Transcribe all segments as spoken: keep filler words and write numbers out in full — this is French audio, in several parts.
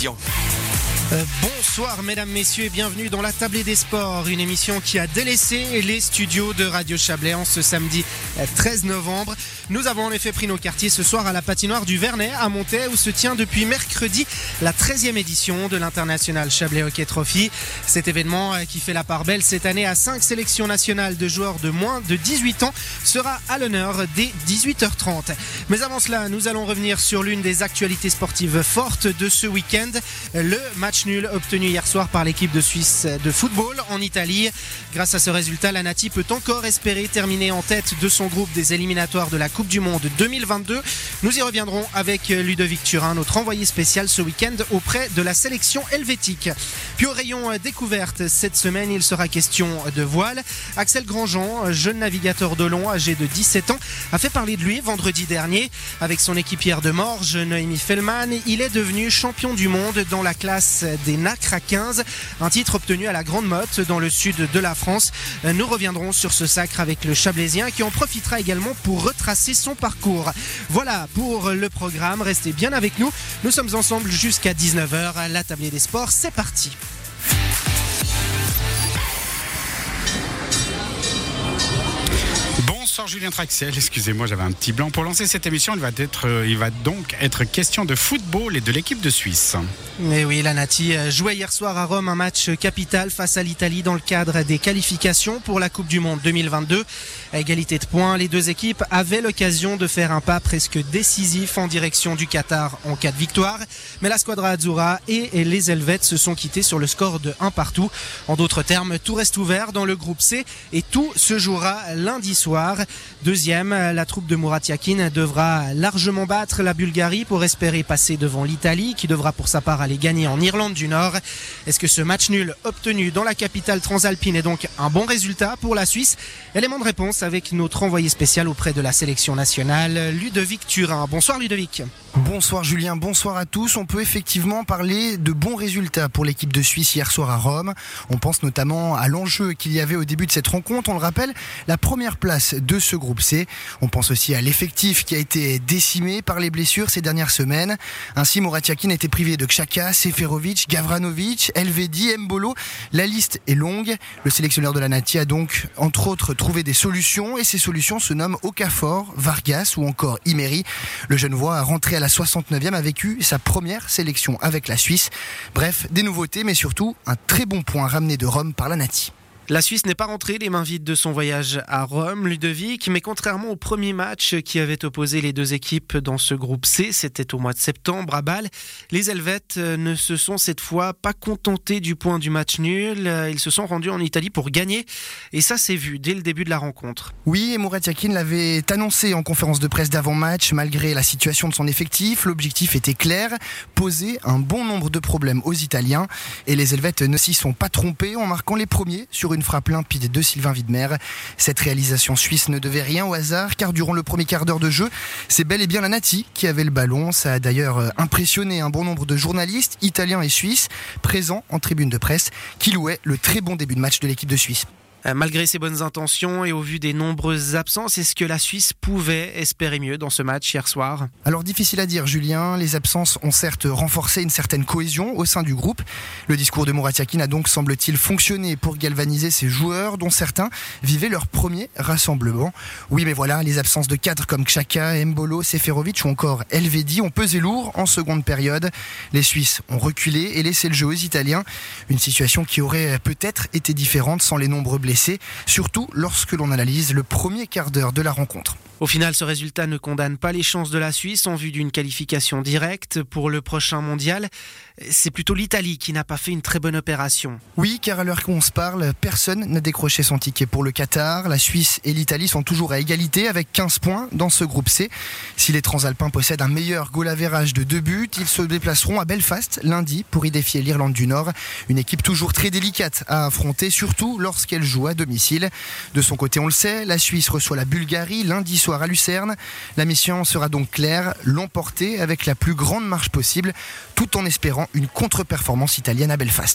télévision. Euh, bonsoir mesdames, messieurs et bienvenue dans la Tablée des Sports, une émission qui a délaissé les studios de Radio Chablais en ce samedi treize novembre. Nous avons en effet pris nos quartiers ce soir à la patinoire du Vernet à Montaix où se tient depuis mercredi la treizième édition de l'International Chablais Hockey Trophy. Cet événement qui fait la part belle cette année à cinq sélections nationales de joueurs de moins de dix-huit ans sera à l'honneur dès dix-huit heures trente. Mais avant cela, nous allons revenir sur l'une des actualités sportives fortes de ce week-end, le match nul obtenu hier soir par l'équipe de Suisse de football en Italie. Grâce à ce résultat, la Nati peut encore espérer terminer en tête de son groupe des éliminatoires de la Coupe du Monde deux mille vingt-deux. Nous y reviendrons avec Ludovic Turin, notre envoyé spécial ce week-end auprès de la sélection helvétique. Puis au rayon découverte, cette semaine, il sera question de voile. Axel Grandjean, jeune navigateur de long âgé de dix-sept ans, a fait parler de lui vendredi dernier. Avec son équipière de Morges, Noémie Fellman, il est devenu champion du monde dans la classe des Nacres à quinze, un titre obtenu à la Grande Motte dans le sud de la France. Nous reviendrons sur ce sacre avec le Chablaisien qui en profitera également pour retracer son parcours. Voilà pour le programme, restez bien avec nous. Nous sommes ensemble jusqu'à dix-neuf heures. La Tablée des Sports, c'est parti. Bonsoir Julien Traxel, excusez-moi, j'avais un petit blanc. Pour lancer cette émission, il va, être, il va donc être question de football et de l'équipe de Suisse. Mais oui, la Nati jouait hier soir à Rome un match capital face à l'Italie dans le cadre des qualifications pour la Coupe du Monde deux mille vingt-deux. À égalité de points, les deux équipes avaient l'occasion de faire un pas presque décisif en direction du Qatar en cas de victoire. Mais la Squadra Azzurra et les Helvètes se sont quittés sur le score de un partout. En d'autres termes, tout reste ouvert dans le groupe C et tout se jouera lundi soir. Deuxième, la troupe de Murat Yakin devra largement battre la Bulgarie pour espérer passer devant l'Italie qui devra pour sa part aller gagner en Irlande du Nord. Est-ce que ce match nul obtenu dans la capitale transalpine est donc un bon résultat pour la Suisse? Élément de réponse avec notre envoyé spécial auprès de la sélection nationale, Ludovic Turin. Bonsoir Ludovic. Bonsoir Julien, bonsoir à tous. On peut effectivement parler de bons résultats pour l'équipe de Suisse hier soir à Rome. On pense notamment à l'enjeu qu'il y avait au début de cette rencontre. On le rappelle, la première place de ce groupe C. On pense aussi à l'effectif qui a été décimé par les blessures ces dernières semaines. Ainsi, Murat Yakin était privé de Kšaka, Seferovic, Gavranovic, Elvedi, Mbolo. La liste est longue. Le sélectionneur de la Nati a donc, entre autres, trouvé des solutions. Et ces solutions se nomment Okafor, Vargas ou encore Imeri. Le Genevois a rentré à la soixante-neuvième a vécu sa première sélection avec la Suisse. Bref, des nouveautés, mais surtout un très bon point ramené de Rome par la Nati. La Suisse n'est pas rentrée les mains vides de son voyage à Rome, Ludovic, mais contrairement au premier match qui avait opposé les deux équipes dans ce groupe C, c'était au mois de septembre à Bâle, les Helvètes ne se sont cette fois pas contentés du point du match nul. Ils se sont rendus en Italie pour gagner et ça s'est vu dès le début de la rencontre. Oui, et Murat Yakin l'avait annoncé en conférence de presse d'avant-match. Malgré la situation de son effectif, l'objectif était clair, poser un bon nombre de problèmes aux Italiens. Et les Helvètes ne s'y sont pas trompés en marquant les premiers sur une frappe limpide de Sylvain Widmer. Cette réalisation suisse ne devait rien au hasard car durant le premier quart d'heure de jeu, c'est bel et bien la Nati qui avait le ballon. Ça a d'ailleurs impressionné un bon nombre de journalistes italiens et suisses présents en tribune de presse qui louaient le très bon début de match de l'équipe de Suisse. Malgré ses bonnes intentions et au vu des nombreuses absences, est-ce que la Suisse pouvait espérer mieux dans ce match hier soir? Alors difficile à dire Julien, les absences ont certes renforcé une certaine cohésion au sein du groupe. Le discours de Murat Yakin a donc semble-t-il fonctionné pour galvaniser ces joueurs dont certains vivaient leur premier rassemblement. Oui mais voilà, les absences de cadres comme Kšaka, Mbolo, Seferovic ou encore Elvedi ont pesé lourd en seconde période. Les Suisses ont reculé et laissé le jeu aux Italiens. Une situation qui aurait peut-être été différente sans les nombreux blessés. Surtout lorsque l'on analyse le premier quart d'heure de la rencontre. Au final, ce résultat ne condamne pas les chances de la Suisse en vue d'une qualification directe pour le prochain mondial. C'est plutôt l'Italie qui n'a pas fait une très bonne opération. Oui, car à l'heure qu'on se parle, personne n'a décroché son ticket pour le Qatar. La Suisse et l'Italie sont toujours à égalité avec quinze points dans ce groupe C. Si les Transalpins possèdent un meilleur goal average de deux buts, ils se déplaceront à Belfast lundi pour y défier l'Irlande du Nord. Une équipe toujours très délicate à affronter, surtout lorsqu'elle joue à domicile. De son côté, on le sait, la Suisse reçoit la Bulgarie lundi soir à Lucerne. La mission sera donc claire, l'emporter avec la plus grande marge possible, tout en espérant une contre-performance italienne à Belfast.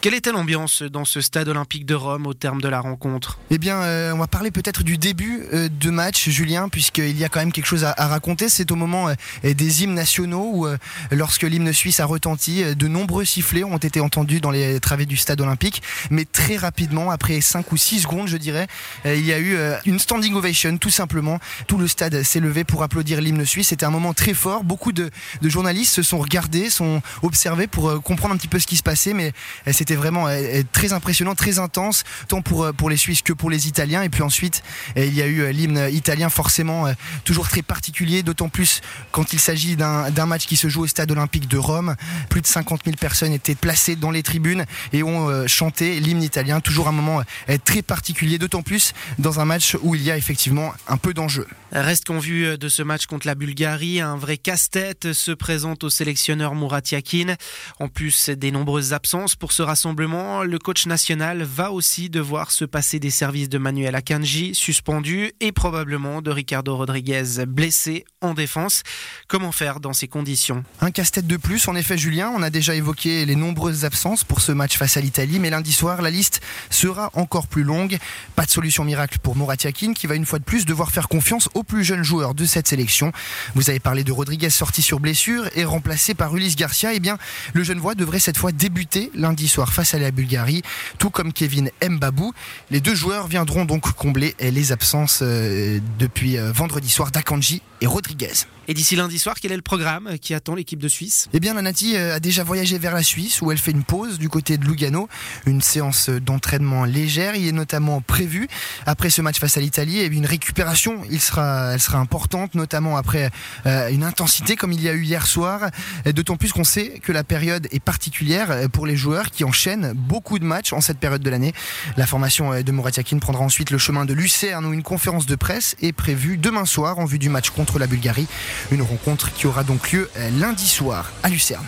Quelle était l'ambiance dans ce stade olympique de Rome au terme de la rencontre ? Eh bien, euh, on va parler peut-être du début euh, de match, Julien, puisqu'il y a quand même quelque chose à, à raconter. C'est au moment euh, des hymnes nationaux où, euh, lorsque l'hymne suisse a retenti, euh, de nombreux sifflets ont été entendus dans les travées du stade olympique. Mais très rapidement, après cinq ou six secondes, je dirais, euh, il y a eu euh, une standing ovation, tout simplement. Tout le stade s'est levé pour applaudir l'hymne suisse. C'était un moment très fort. Beaucoup de, de journalistes se sont regardés, sont observés pour euh, comprendre un petit peu ce qui se passait, mais euh, c'était C'était vraiment euh, très impressionnant, très intense, tant pour, euh, pour les Suisses que pour les Italiens. Et puis ensuite, euh, il y a eu euh, l'hymne italien, forcément euh, toujours très particulier, d'autant plus quand il s'agit d'un, d'un match qui se joue au stade olympique de Rome. Plus de cinquante mille personnes étaient placées dans les tribunes et ont euh, chanté l'hymne italien. Toujours un moment euh, très particulier, d'autant plus dans un match où il y a effectivement un peu d'enjeu. Reste qu'en vue de ce match contre la Bulgarie, un vrai casse-tête se présente au sélectionneur Murat Yakin. En plus des nombreuses absences pour ce rassemblement, le coach national va aussi devoir se passer des services de Manuel Akanji, suspendu, et probablement de Ricardo Rodriguez, blessé en défense. Comment faire dans ces conditions ? Un casse-tête de plus, en effet, Julien. On a déjà évoqué les nombreuses absences pour ce match face à l'Italie, mais lundi soir, la liste sera encore plus longue. Pas de solution miracle pour Murat Yakin, qui va une fois de plus devoir faire confiance aux plus jeunes joueurs de cette sélection. Vous avez parlé de Rodriguez sorti sur blessure et remplacé par Ulis Garcia. Eh bien, le Genevois devrait cette fois débuter lundi soir face à la Bulgarie, tout comme Kevin Mbabou. Les deux joueurs viendront donc combler les absences euh, depuis euh, vendredi soir d'Akanji et Rodriguez. Et d'ici lundi soir, quel est le programme qui attend l'équipe de Suisse ? Eh bien, la Nati a déjà voyagé vers la Suisse où elle fait une pause du côté de Lugano. Une séance d'entraînement légère y est notamment prévue. Après ce match face à l'Italie, eh bien, une récupération il sera, elle sera importante, notamment après euh, une intensité comme il y a eu hier soir. D'autant plus qu'on sait que la période est particulière pour les joueurs qui enchaînent beaucoup de matchs en cette période de l'année. La formation de Murat Yakin prendra ensuite le chemin de Lucerne où une conférence de presse est prévue demain soir en vue du match contre la Bulgarie. Une rencontre qui aura donc lieu lundi soir à Lucerne.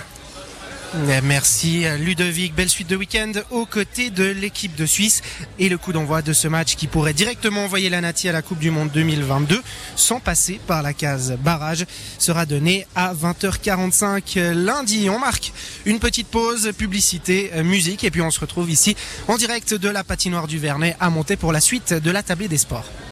Merci Ludovic, belle suite de week-end aux côtés de l'équipe de Suisse et le coup d'envoi de ce match qui pourrait directement envoyer la Nati à la Coupe du Monde deux mille vingt-deux sans passer par la case barrage sera donné à vingt heures quarante-cinq lundi. On marque une petite pause, publicité, musique et puis on se retrouve ici en direct de la patinoire du Vernet à Monter pour la suite de la tablée des sports.